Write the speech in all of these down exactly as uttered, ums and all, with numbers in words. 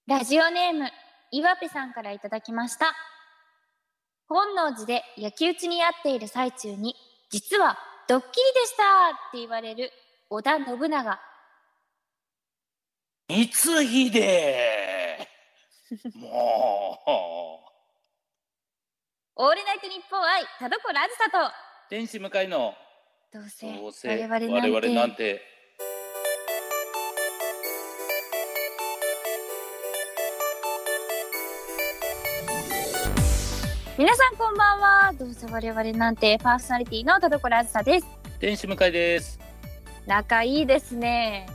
ラジオネーム岩部さんからいただきました。本能寺で焼き討ちにあっている最中に、実はドッキリでしたって言われる織田信長。 光秀もうオールナイトニッポン愛田所あずさと天使向かいのどうせどうせ我々なんて我々なんて。 皆さんこんばんは。どうせ我々なんてパーソナリティの田所あずさです。 天使向かいです。 仲いいですね。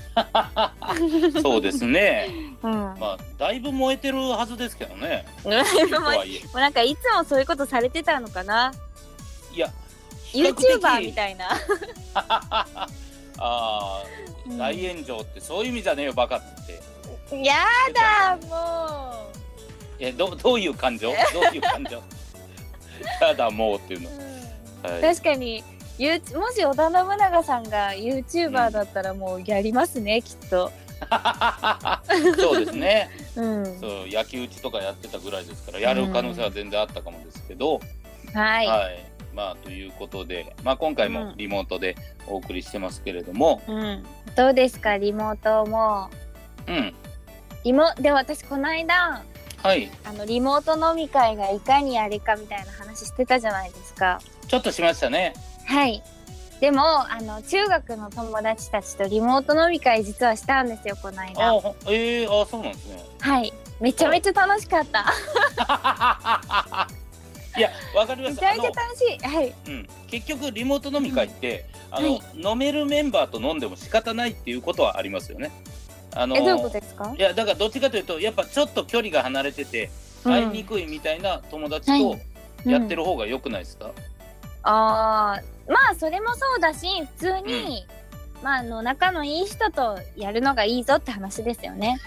そうですね、 うん、 まあだいぶ燃えてるはずですけどね。 もうなんかいつもそういうことされてたのかな。 いや YouTuber みたいなああ、うん、大炎上ってそういう意味じゃねえよバカってやだもう。 え ど, どういう感情どういう感情やだもうっていうの、 うんはい、確かにもし織田信長さんが YouTuber だったらもうやりますね、うん、きっとそうですね、 うん、 そう焼き討ちとかやってたぐらいですからやる可能性は全然あったかもですけど、 うん、はい、はい、 まあということで、まあ、今回もリモートでお送りしてますけれども、 うん、どうですかリモートも。 うんリモで私この間はい、 あのリモート飲み会がいかにあれかみたいな話してたじゃないですか。 ちょっとしましたね。 はい。でもあの中学の友達たちとリモート飲み会実はしたんですよこの間。 あえー、あそうなんですね。 はいめちゃめちゃ楽しかった、 はい、いやわかります。 めちゃめちゃ楽しい。はい、 うん、結局リモート飲み会って、うん、あの、はい、飲めるメンバーと飲んでも仕方ないっていうことはありますよね。あのー、 えどういうことですか。 いやだからどっちかというとやっぱちょっと距離が離れてて、うん、会いにくいみたいな友達とやってる方が良くないですか。はい、うん、 あーまあそれもそうだし普通に、うん、まああの仲のいい人とやるのがいいぞって話ですよね。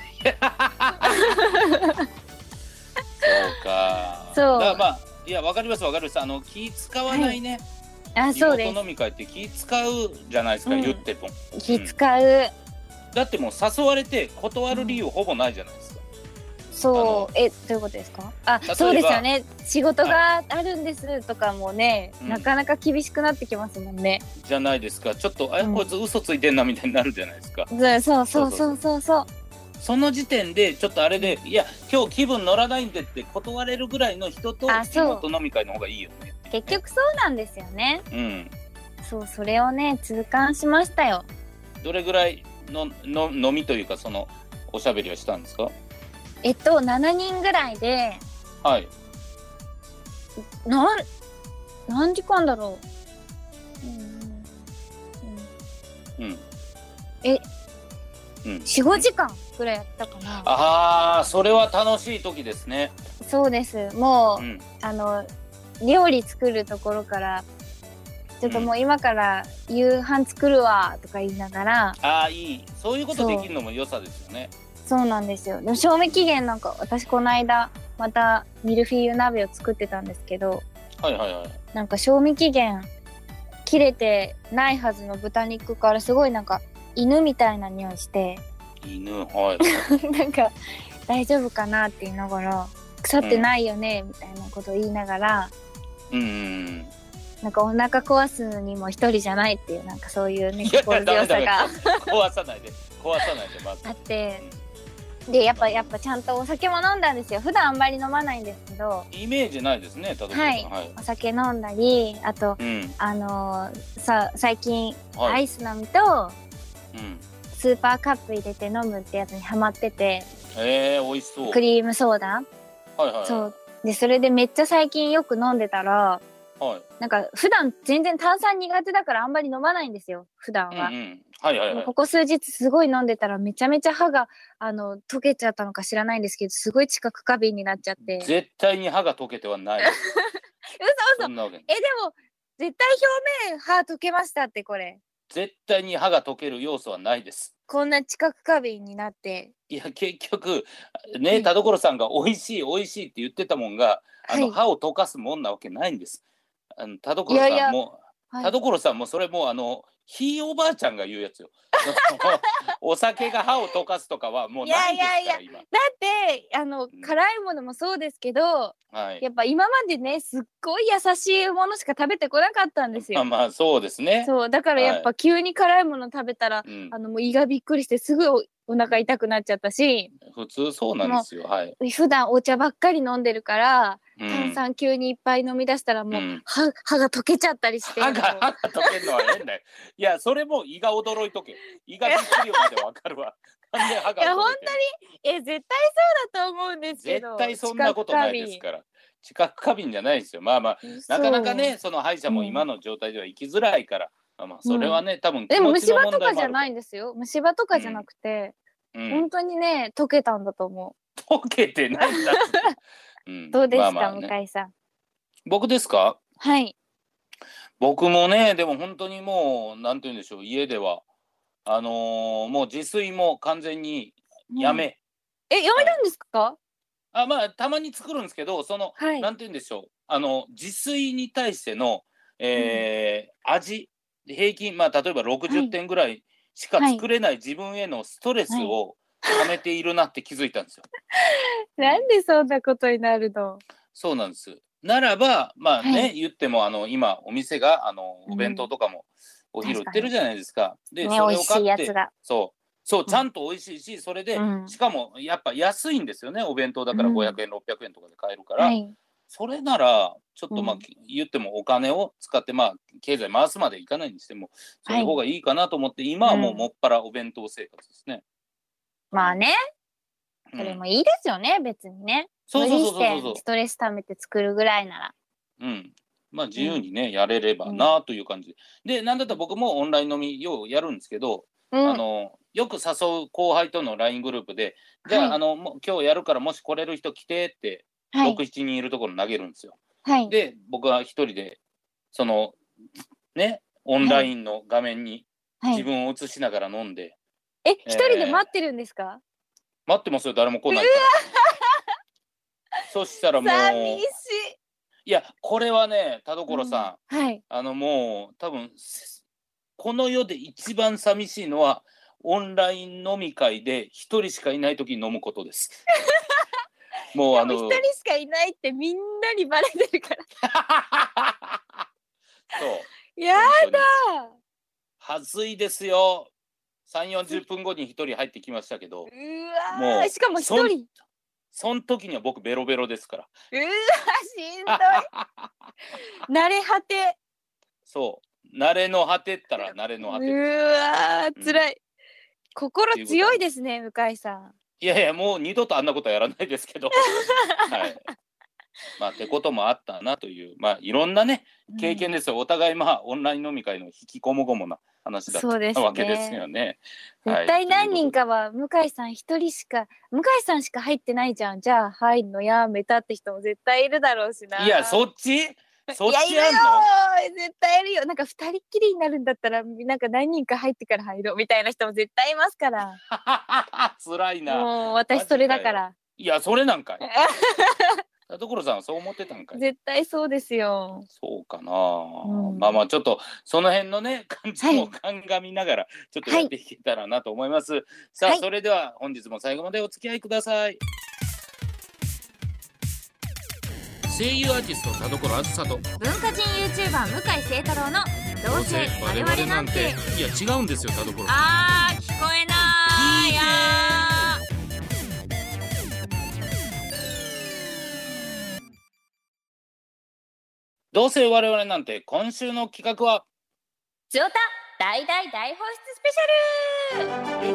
そうか。 そうだからまあいやわかりますわかります。あの気使わないね、 はい、あそうです。 リモート飲み会って気使うじゃないですか、うん、言っても気使う、うん、 だってもう誘われて断る理由ほぼないじゃないですか、 うん、そうえどういうことですか。あそうですよね。仕事があるんですとかもね、はい、なかなか厳しくなってきますもんね、 うん、じゃないですか。ちょっとあ、うん、こいつ嘘ついてんなみたいになるじゃないですか。 そうそうそうそうそうその時点でちょっとあれでいや今日気分乗らないんでって断れるぐらいの人とリモート飲み会の方がいいよね。 結局そうなんですよね。 うんそうそれをね痛感しましたよ。 どれぐらいのの飲みというかそのおしゃべりをしたんですか。 えっとしちにんぐらいで、 はいなん何時間だろう。うん、うんうん、えうん、よん、ごじかんぐらいやったかな。 ああそれは楽しい時ですね。 そうですもう、うん、あの料理作るところからちょっともう今から夕飯作るわとか言いながら、 うん、ああいいそういうことできるのも良さですよね。 そうなんですよ。でも賞味期限なんか私この間またミルフィーユ鍋を作ってたんですけど、 はいはいはい、 なんか賞味期限切れてないはずの豚肉からすごいなんか犬みたいな匂いして犬はいなんか大丈夫かなって言いながら腐ってないよね、うん、みたいなことを言いながら、 うんうんうんなんかお腹壊すにも一人じゃないっていうなんかそういうね心強さが壊さないで壊さないでまずあって、でやっぱやっぱちゃんとお酒も飲んだんですよ。普段あんまり飲まないんですけどイメージないですね。 はい、はい、お酒飲んだりあと、うん、あのー、さ最近、はい、アイス飲みと、うん、スーパーカップ入れて飲むってやつにハマってて、 えー、美味しそう。 クリームソーダ、 はいはいはい、 そうでそれでめっちゃ最近よく飲んでたら、 はい、 なんか普段全然炭酸苦手だからあんまり飲まないんですよ普段は、 うんうんはいはいはい、 ここ数日すごい飲んでたらめちゃめちゃ歯があの溶けちゃったのか知らないんですけどすごい知覚過敏になっちゃって。 絶対に歯が溶けてはない嘘嘘えでも絶対表面歯溶けましたってこれ絶対に歯が溶ける要素はないです。 こんな知覚過敏になっていや結局ね、うん、田所さんが美味しい美味しいって言ってたもんがあの、はい、歯を溶かすもんなわけないんです。あの田所さんもいやいや、はい、田所さんもそれもあのひいおばあちゃんが言うやつよ。お酒が歯を溶かすとかはもうないですから。いやいやいや、 今だってあの、うん、辛いものもそうですけど、はい、やっぱ今までねすっごい優しいものしか食べてこなかったんですよ。 まあまあそうですね。 そうだからやっぱ急に辛いもの食べたら、はい、あのもう胃がびっくりしてすぐ お, お腹痛くなっちゃったし、 普通そうなんですよ。はい。 普段お茶ばっかり飲んでるから、うん、炭酸急にいっぱい飲み出したらもう、うん、歯, 歯が溶けちゃったりして、 歯が歯が溶けるのは変だよ。いやそれも胃が驚いとけ。胃がびっくりまでわかるわ。なんで歯がいや本当にえ絶対そうだと思うんですけど、 絶対そんなことないですから。知覚過敏じゃないですよ。まあまあなかなかねその歯医者も今の状態では行きづらいから、うん、まあそれはね、うん、多分気持ちの問題もあるから。でも虫歯とかじゃないんですよ。虫歯とかじゃなくて、うん、本当にね溶けたんだと思う。溶けてないんだって。 うん、どうですか、まあまあね、向井さん。 僕ですか？ はい。 僕もねでも本当にもうなんて言うんでしょう、家ではあのー、もう自炊も完全にやめ、 うん、えやめたんですか？はい、 あまあたまに作るんですけど、その、はい、なんて言うんでしょう、あの自炊に対しての、えーうん、味平均まあ例えばろくじゅってんぐらいしか作れない自分へのストレスを溜めているなって気づいたんですよ。 なんでそんなことになるの？ そうなんです。ならばまあね、はい、言ってもあの今お店があのお弁当とかもお昼売ってるじゃないですか。で、 ね、 それを買ってやつがそうそうちゃんと美味しいし、それで、うん、しかもやっぱ安いんですよね。お弁当だからごひゃくえん、うん、ろっぴゃくえんとかで買えるから、はい、それならちょっとまあ、うん、言ってもお金を使ってまあ経済回すまでいかないにしてもそういう方がいいかなと思って、はい、今はもうもっぱらお弁当生活ですね。 うん、まあね、それもいいですよね、うん、別にね。 そうそうそうそうそう。 ストレス溜めて作るぐらいなら。 うん。まあ自由にね、うん、やれればなという感じで、でなんだったら僕もオンライン飲みようやるんですけど、うん、あのよく誘う後輩との ライン グループで、じゃあ、はい、あのも今日やるからもし来れる人来てって、はい、ろく、しちにんいるところ投げるんですよ。はい、で僕は一人でそのねオンラインの画面に自分を映しながら飲んで、 はい、え一、えー、人で待ってるんですか？ 待ってますよ、誰も来ないから。そしたらもう寂しい。 いやこれはね田所さん、うん、はい、あのもう多分この世で一番寂しいのはオンライン飲み会で一人しかいない時に飲むことです。 もうあの一人しかいないってみんなにバレてるから。 そうやだ。 はずいですよ。さん、よんじゅっぷんごに一人入ってきましたけど、 うわもうしかも一人。 そん時には僕ベロベロですから。 うわしんどい。慣れ果て。 そう慣れの果てったら慣れの果て。 うわ辛い、うん、心強いですね向井さん。 いやいやもう二度とあんなことはやらないですけど。はい。まあってこともあったなというまあいろんなね経験ですよ、うん、お互いまあオンライン飲み会の引きこもごもな話だったわけですよね。 絶対何人かは向井さん一人しか向井さんしか入ってないじゃん、じゃあ入るのやめたって人も絶対いるだろうしな。 いやそっちそっちやんの？いやいるよ絶対いるよ。なんか二人っきりになるんだったらなんか何人か入ってから入ろうみたいな人も絶対いますから。 辛いな。 もう私それだから。 いやそれなんかい。田所さんはそう思ってたんかい。 絶対そうですよ。 そうかな、うん、まあまあちょっとその辺のね感じも鑑みながらちょっとやっていけたらなと思います、はい、さあ、はい、それでは本日も最後までお付き合いください。声優アーティスト田所あずさと文化人 YouTuber 向井聖太郎のどうせ我々なんて。 いや違うんですよ田所さん。 あー聞こえないやどうせ我々なんて。今週の企画はジョータ大大大放出スペシャル。 よいし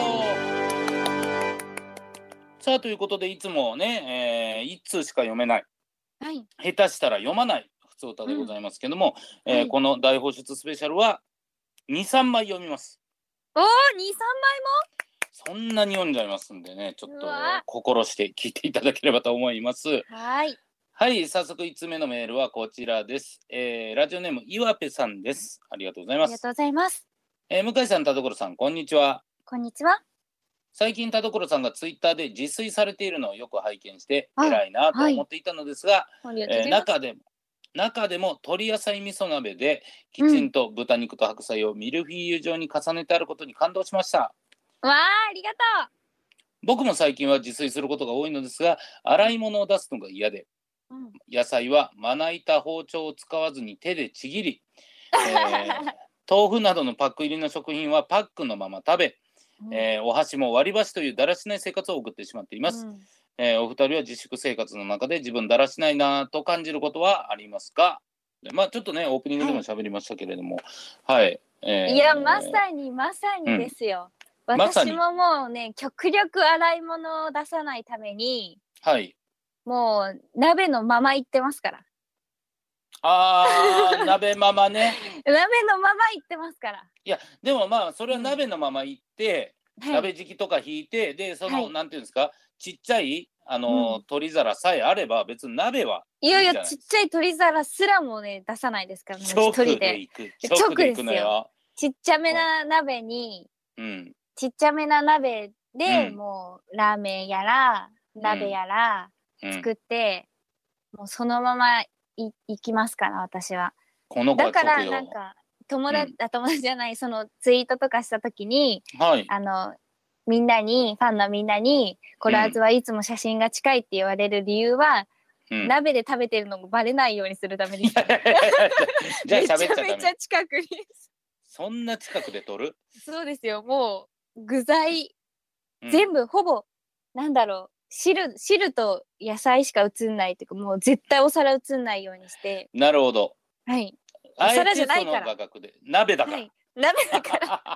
ょ。さあということでいつもね、えー、一通しか読めない、はい、下手したら読まないふつおたでございますけども、うんえーはい、この大放出スペシャルはに、さんまい読みます。 おーに、さんまいもそんなに読んじゃいますんでね、ちょっと心して聞いていただければと思います。 はいはい、早速いっつめのメールはこちらです、えー、ラジオネーム岩ペさんです。ありがとうございます。 ありがとうございます、 えー、向井さん田所さんこんにちは。 こんにちは。 最近田所さんがツイッターで自炊されているのをよく拝見して偉いなと思っていたのですが、はいえー、中でも中でも鶏野菜味噌鍋できちんと豚肉と白菜をミルフィーユ状に重ねてあることに感動しました。 わあ、ありがと僕も最近は自炊することが多いのですが、洗い物を出すのが嫌で、 う。うん、 野菜はまな板包丁を使わずに手でちぎり、えー豆腐などのパック入りの食品はパックのまま食べ、 うんえーお箸も割り箸というだらしない生活を送ってしまっています。 うんえーお二人は自粛生活の中で自分だらしないなと感じることはありますか？でまあちょっとねオープニングでも喋りましたけれども、はい、えーいや、まさにまさにですよ。 うん、まさに私ももうね、極力洗い物を出さないために、 はい、 もう鍋のまま行ってますから。 あー鍋ママね。 鍋のまま行ってますから。 いやでもまあそれは鍋のまま行って、うん、鍋敷きとか引いて、でその、はい、なんていうんですか、ちっちゃいあの、うん、鶏皿さえあれば別に鍋はいいやいや、ちっちゃい鶏皿すらもね出さないですからね、一人で。 直で行くのよ。 ちっちゃめな鍋に、うん、ちっちゃめな鍋で、うん、もうラーメンやら鍋やら作って、うん、もうそのままい行きますから私は。 この子はだからなんか友達、うん、友達じゃない、そのツイートとかした時に、はい、あのみんなにファンのみんなにコラーズはいつも写真が近いって言われる理由は、うん、鍋で食べてるのもバレないようにするために。じゃあめちゃめちゃ近くに。 そんな近くで撮る？ そうですよ。もう具材、うん、全部ほぼなんだろう、汁汁と野菜しか映んないっていうか、もう絶対お皿映んないようにして。 なるほど。 はい。お皿じゃないから。 鍋だから。はい、 鍋だから。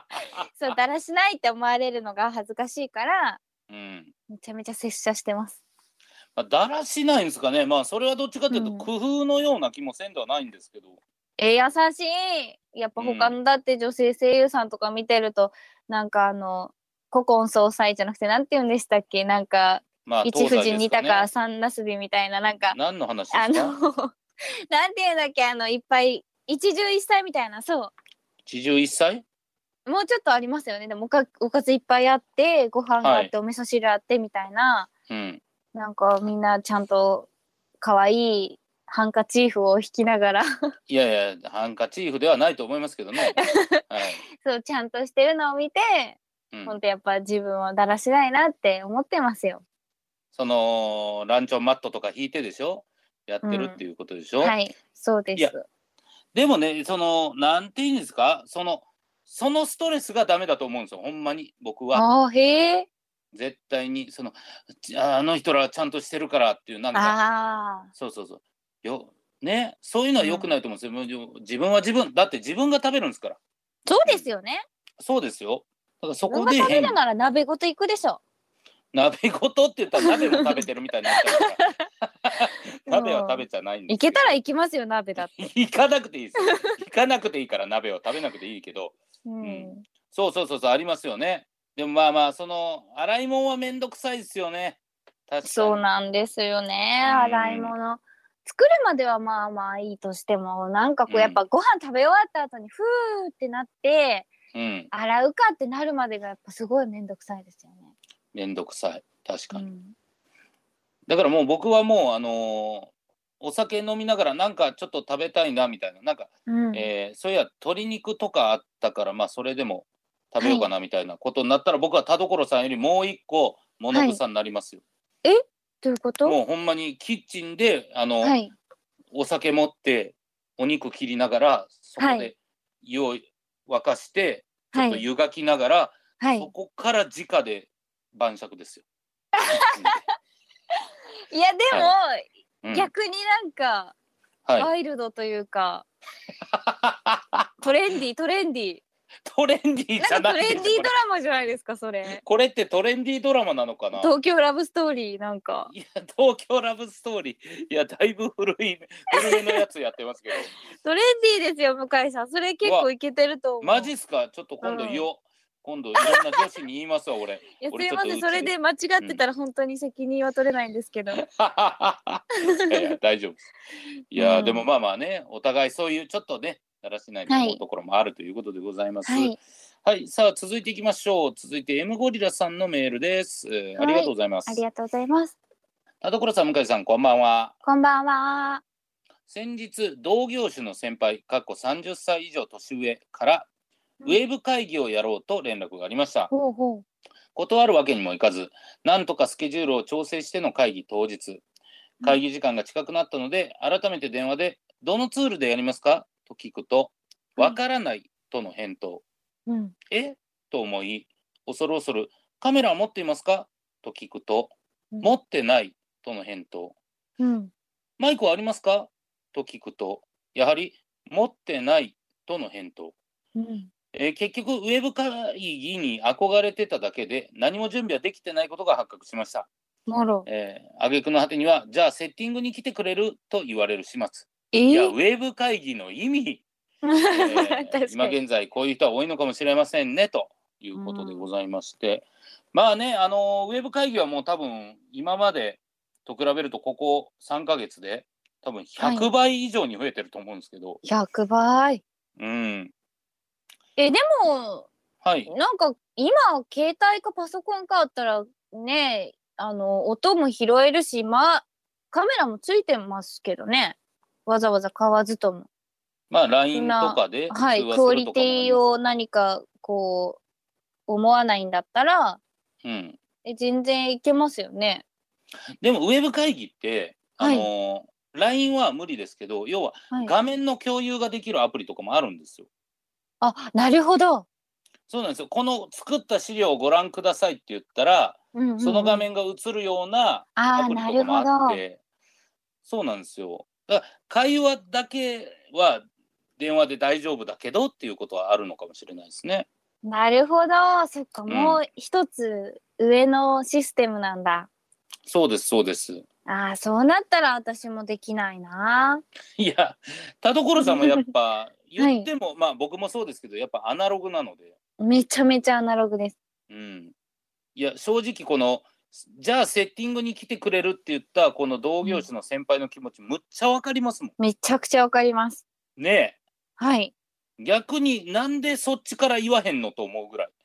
そう、だらしないって思われるのが恥ずかしいから、うん、めちゃめちゃ拙者してます。 まあ、だらしないんですかね。まあそれはどっちかというと工夫のような気もせんではないんですけど。うん、 えー、優しい。やっぱ他のだって女性声優さんとか見てると、うん、なんかあの古今総裁じゃなくてなんて言うんでしたっけ、なんか、まあね、一夫人二鷹三なすびみたいな、なんか何の話ですか？あのなんていうんだっけ、あのいっぱい一汁一菜みたいな、そう。 一汁一菜？ もうちょっとありますよね。でもおかおかずいっぱいあってご飯があって、はい、お味噌汁あってみたいな、うん、なんかみんなちゃんと可愛いハンカチーフを引きながらいやいやハンカチーフではないと思いますけどね、 はい、そうちゃんとしてるのを見て、うん、本当やっぱ自分はだらしないなって思ってますよ。 そのランチョンマットとか引いてでしょ、やってるっていうことでしょ、うん、 はいそうです。いやでもね、そのなんていうんですか、そのそのストレスがダメだと思うんですよ、ほんまに僕は。 あへー、 絶対にそのあの人らちゃんとしてるからっていう、なんかあそうそうそうよね、そういうのは良くないと思うんですよ、うん、自分は自分だって、自分が食べるんですから。 そうですよね、 うん、そうですよ。だからそこで自分が食べるなら鍋ごと行くでしょ。 鍋ごとって言ったら鍋も食べてるみたいになっちゃうから鍋は食べちゃないんですけど。 行けたら行きますよ、鍋だって。 行かなくていいですよ。行かなくていいから鍋を食べなくていいけど、うんうん、そうそうそうそう、ありますよね。でもまあまあ、その洗い物はめんどくさいですよね。確かにそうなんですよね、洗い物作るまではまあまあいいとしても、なんかこうやっぱご飯食べ終わった後にふーってなって、うん、洗うかってなるまでがやっぱすごいめんどくさいですよね。 めんどくさい、確かに、うん、だからもう僕はもうあのー、お酒飲みながらなんかちょっと食べたいなみたいな、なんか、うん、えー、そういや鶏肉とかあったから、まあそれでも食べようかなみたいなことになったら、はい、僕は田所さんよりもう一個物臭になりますよ、 はい、えどういうこと？ もうほんまにキッチンであの、はい、お酒持ってお肉切りながらそこで湯を沸かしてちょっと湯がきながら、はい、そこから直で晩酌ですよいやでも、はいうん、逆になんか、はい、ワイルドというかトレンディートレンディートレンディーじゃないトレンディードラマじゃないですかそれ。 これってトレンディードラマなのかな。 東京ラブストーリーなんか。 いや東京ラブストーリー、いやだいぶ古い古めのやつやってますけどトレンディーですよ向井さん、それ結構いけてると思う。 マジっすか。ちょっと今度言おう、うん、今度いろんな女子に言いますわ俺。 いやすいません、それで間違ってたら本当に責任は取れないんですけど、うん、いやいや大丈夫です。いや、うん、でもまあまあね、お互いそういうちょっとねだらしないと思うところもあるということでございます。はい、はい、さあ続いていきましょう。続いて エム ゴリラさんのメールです、えーはい、ありがとうございます。 ありがとうございます。 田所さん、向井さん、こんばんは。 こんばんは。 先日同業種の先輩かっこさんじゅっさい以上年上からウェブ会議をやろうと連絡がありました。 ほうほう。 断るわけにもいかず、なんとかスケジュールを調整しての会議当日、会議時間が近くなったので、改めて電話でどのツールでやりますかと聞くと、わからないとの返答。 うん。 えと思い、恐る恐るカメラを持っていますかと聞くと、 うん持ってないとの返答。 うん。 マイクはありますかと聞くと、やはり持ってないとの返答。 うん。 えー結局、ウェブ会議に憧れてただけで、何も準備はできてないことが発覚しました。 もろ。 えー、挙句の果てには、じゃあセッティングに来てくれると言われる始末。 えいや、 ーウェブ会議の意味、え確かー今に。 現在こういう人は多いのかもしれませんね、ということでございまして、まあね、あのウェブ会議はもう多分、今までと比べると、ここさんかげつで、多分ひゃくばい以上に増えてると思うんですけど、 ひゃくばい。 うん、 え、でも、 はい、 なんか今、携帯かパソコンかあったら、ね、あの、音も拾えるし、まあ、カメラもついてますけどね。わざわざ買わずとも。 まあ、 そんライン とな、 かではい、 通話クオリするとかもあティをります。 何か、こう、思わないんだったら、 うん、 え、全然いけますよね。 でも、ウェブ会議って、あはい、 の ライン は無理ですけど、要ははい。 画面の共有ができるアプリとかもあるんですよ。 あ、なるほど。 そうなんですよ。この作った資料をご覧くださいって言ったら、 うんうそのんうん。 画面が映るようなアああ、 プリなとかもあっるほど。 て、そうなんですよ。だから会話だけは電話で大丈夫だけどっていうことはあるのかもしれないですね。 なるほど。そっか、 うん。 もう一つ上のシステムなんだ。 そうです、そうです。 ああ、そうなったら私もできないな。 いや、田所さんもやっぱ言っはい。 ても、まあ僕もそうですけど、やっぱアナログなので、 めちゃめちゃアナログです。 うん。いや、正直この、じゃあセッティングに来てくれるって言ったこの同うん、 業種の先輩の気持ち、むっちゃわかりますもめちゃくちゃわかります。 ん。ねはい。 え。逆になんでそっちから言わへんのと思うぐらい。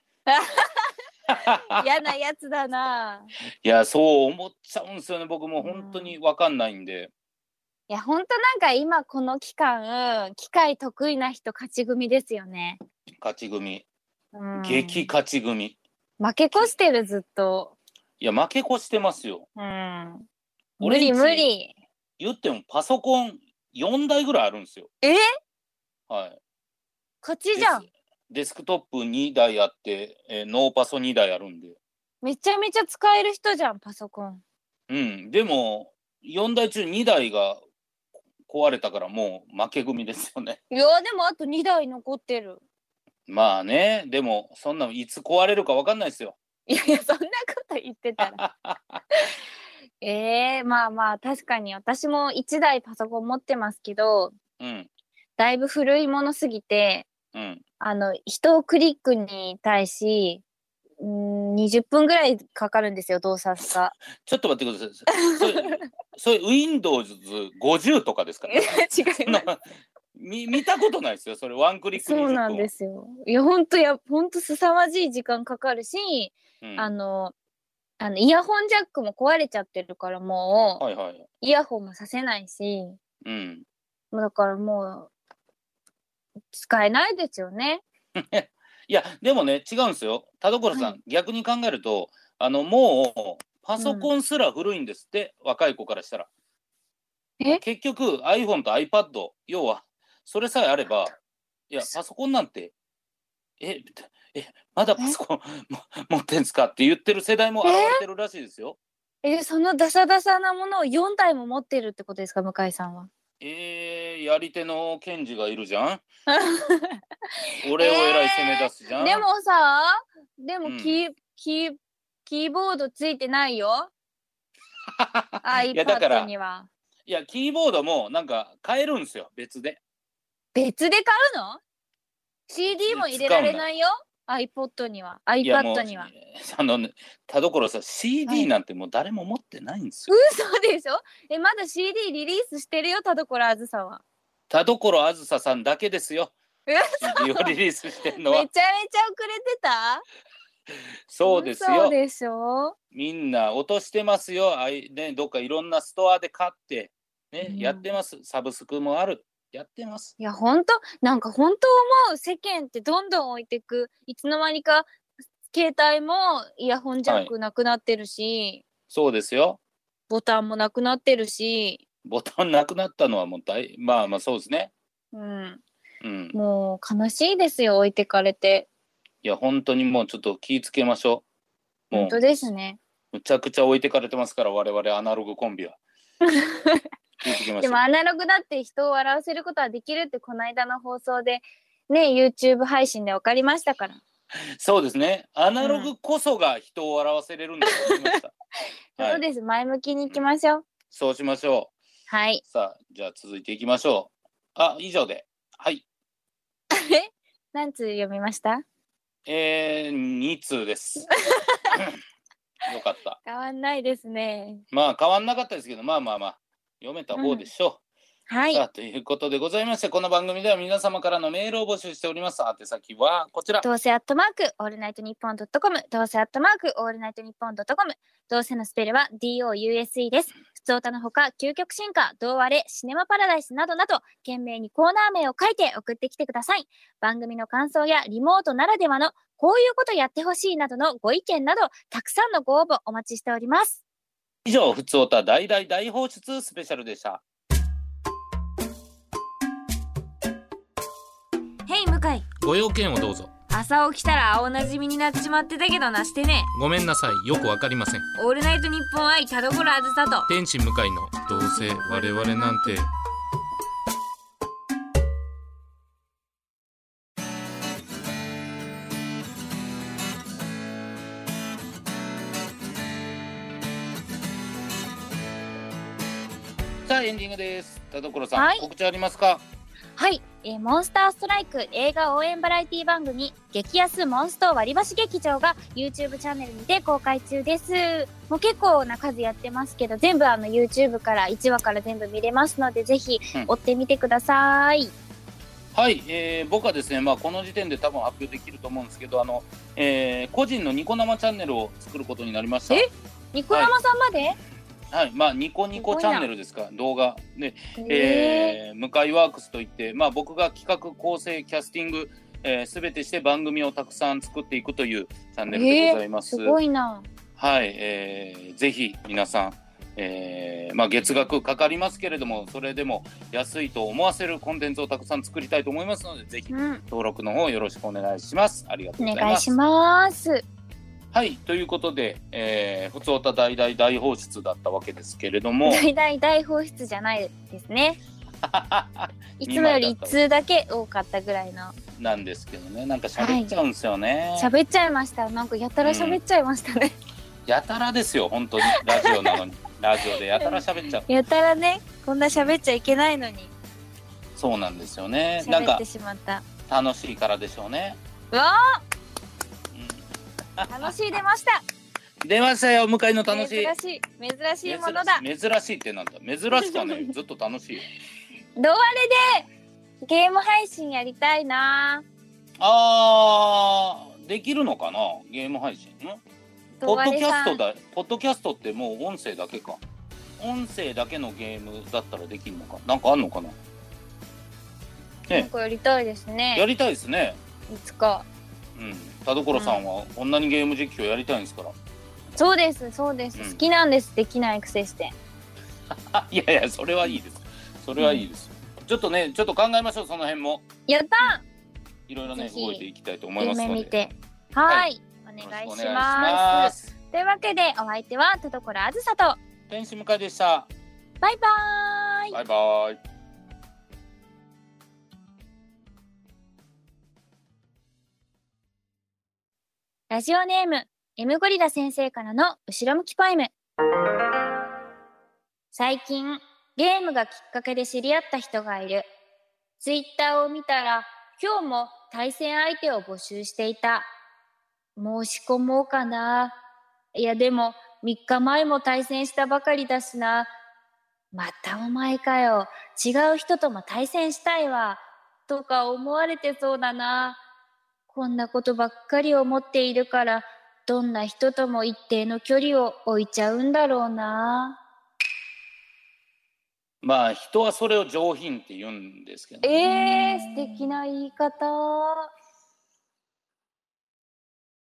嫌なやつだな。 いや、そう思っちゃうんですよね。僕もう本当にん。 わかんないんで。 いや、ほんとなんか今この期間、機械得意な人勝ち組ですよね。 勝ち組。 うん。 激勝ち組。 負け越してる、ずっと。 いや、負け越してますよ。 うん。無理無俺んち理。 言ってもパソコンよんだいぐらいあるんですよ。 え、 はい。 勝ちじデスゃん。 デスクトップにだいあって、えーノーパソにだいあるんで。 めちゃめちゃ使える人じゃん、パソコン。 うん。でも、よんだい中にだいが壊れたからもう負け組ですよね。 いや、でもあとにだい残ってる。 まあね、でもそんなのいつ壊れるかわかんないですよ。 いやいや、そんなこと言ってたら。ええ、まあまあ、確かに私もいちだいパソコン持ってますけど、 うん、 だいぶ古いものすぎて、 うん。 あの、一クリックに対し、うん、にじゅっぷんぐらいかかるんですよ、動作が。 ちょっと待ってください。それ、それ ウィンドウズごじゅう とかですか？ 違います。 み見たことないですよ。それワンクリック20 そうなん分は。 ですよ。いや、ほんとや、ほんと凄まじい時間かかるし、 うん。 あの、あの、イヤホンジャックも壊れちゃってるからもはいはい。 う、イヤホンもさせないし、 うん。 もうだからもう、使えないですよね。 いや、でもね、違うんですよ。田所さん、 はい。 逆に考えると、あの、もう、パうん。 ソコンすら古いんですって、若い子からしたら。 え結局、iPhone と iPad、要は、それさえあれば、いや、パソコンなんて、え、え、まだパえソコンも持ってんすかって言ってる世代も現れえてるらしいですよ。 え、そのダサダサなものをよんだいも持ってるってことですか、向井さんは。 えー、やり手の検事がいるじゃん。 え俺をえらい攻め出すじー、でゃん。 もさ、でうん。 もキー、キー、キーボードついてないよ。 いや、だか iPad ら、 には。 いや、キーボードもなんか買えるんですよ、別で。 別で買うの？ シーディー も入れら使うんなら。 れないよ。iPod には。 いや、も iPad う、 には。 あのね、田所さん、 はシーディーい。 なんてもう誰も持ってないんですよ。 嘘でしょ？え、まだ シーディー リリースしてるよ、田所あずさは。 田所あずささんだけですよ、シーディー をリ嘘。 リースしてんのは。 めちゃめちゃ遅れてた？ そうですよ。 嘘でしょ？ みんな落としてますよ。あいね、どっかいろんなストアで買って。 ね、 うんやってます。サブスクもある。やってます。 いや本当なんか本当思う。世間ってどんどん置いてく。いつの間にか携帯もイヤホンジャックなくなってるし、 そうですよ。 ボタンもなくなってるし、 ボタンなくなったのはもう大まあまあそうですね。 うん、 うん。 もう悲しいですよ、置いてかれて。 いや本当にもうちょっと気ぃつけましょう。もう本当ですね。 むちゃくちゃ置いてかれてますから我々アナログコンビは。気ぃつけましょう。 でもアナログだって人を笑わせることはできるってこの間の放送でね YouTube 配信で分かりましたから。 そうですね。アナログこそが人を笑わせれるんだと思いました。 うん、 はい、 そうです。前向きにいきましょう。 そうしましょう。 はい。 さあじゃあ続いていきましょう。あ、以上で。はい。 え何通読みました？ えー、に通です。よかった。 変わんないですね。 まあ変わんなかったですけど、まあまあまあ読めた方でしょう。 うん、はい。 さあということでございまして、この番組では皆様からのメールを募集しております。宛先はこちら。 どうせアットマークオールナイトニッポンドットコム、どうせアットマークオールナイトニッポンドットコム、どうせのスペルは ディーオーユーエスイー です。ふつおたのほか、究極進化、どうあれ、シネマパラダイスなどなど、懸命にコーナー名を書いて送ってきてください。番組の感想やリモートならではのこういうことやってほしいなどのご意見など、たくさんのご応募お待ちしております。 以上、ふつおた大大大放出スペシャルでした。 へい向井、 ご用件をどうぞ。 朝起きたら青なじみになっちまってたけどなしてね。 ごめんなさい、よくわかりません。 オールナイトニッポン愛田所あずさと天使向かいのどうせ我々なんて。 さあエンディングです。田所さん、 はい、 告知ありますか？ はい、えー、モンスターストライク映画応援バラエティ番組激安モンスト割り箸劇場が YouTube チャンネルにて公開中です。もう結構な数やってますけど、全部あの YouTube からいちわから全部見れますので、ぜひ追ってみてください。うん、 はい、えー、僕はですね、まあ、この時点で多分発表できると思うんですけど、あの、えー、個人のニコ生チャンネルを作ることになりました。 え、ニコ生さんまで？はいはい、まあニコニコチャンネルですか、動画で、えー、向井ワークスといって、まあ、僕が企画構成キャスティングすべ、えー、てして番組をたくさん作っていくというチャンネルでございます。 えー、すごいな。 はい、えー、ぜひ皆さん、えーまあ、月額かかりますけれども、それでも安いと思わせるコンテンツをたくさん作りたいと思いますので、ぜひ登録の方よろしくお願いします。ありがとうございます。お願いします。はい、ということで、えー、ふつおた大大大放出だったわけですけれども、 大大大放出じゃないですね。いつもよりいち通だけ多かったぐらいのなんですけどね、なんか喋っちゃうんですよね。 喋、はい、っちゃいました。なんかやたら喋っちゃいましたね、 うん、やたらですよ本当に。ラジオなのにラジオでやたら喋っちゃう。 やたらね、こんな喋っちゃいけないのに。 そうなんですよね。 喋ってしまった。 楽しいからでしょうね。 うわー、うん、楽しい出ました。 出ましたよ、向井の楽しい。 珍しい珍しいものだ。 珍しいってなんだ。珍しかねずっと楽しいよ。 どうあれでゲーム配信やりたいな。 あー、できるのかなゲーム配信。んポッドキャストだ。ポッドキャストってもう音声だけか。音声だけのゲームだったらできるのか。なんかあんのかな。ね、 なんかやりたいですね。 やりたいですね。 いつか。 うん。田所さんはこんなにゲーム実況やりたいんですから。 そうですそうです、うん、好きなんです。できないくせしていやいや、それはいいです。それはいいです、うん、ちょっとね、ちょっと考えましょう、その辺も。 やった、 うん、いろいろね動いていきたいと思いますので、 夢見て、はい、はい、お願いします。というわけでお相手は田所あずさと天使向井でした。 バイバーイ。 バイバイ。 ラジオネームM ゴリラ先生からの後ろ向きポエム。最近ゲームがきっかけで知り合った人がいる。ツイッターを見たら今日も対戦相手を募集していた。申し込もうかな。いやでもみっかまえも対戦したばかりだしな。またお前かよ。違う人とも対戦したいわ。とか思われてそうだな。こんなことばっかり思っているからどんな人とも一定の距離を置いちゃうんだろうな。 まあ人はそれを上品って言うんですけど、 えー、素敵な言い方。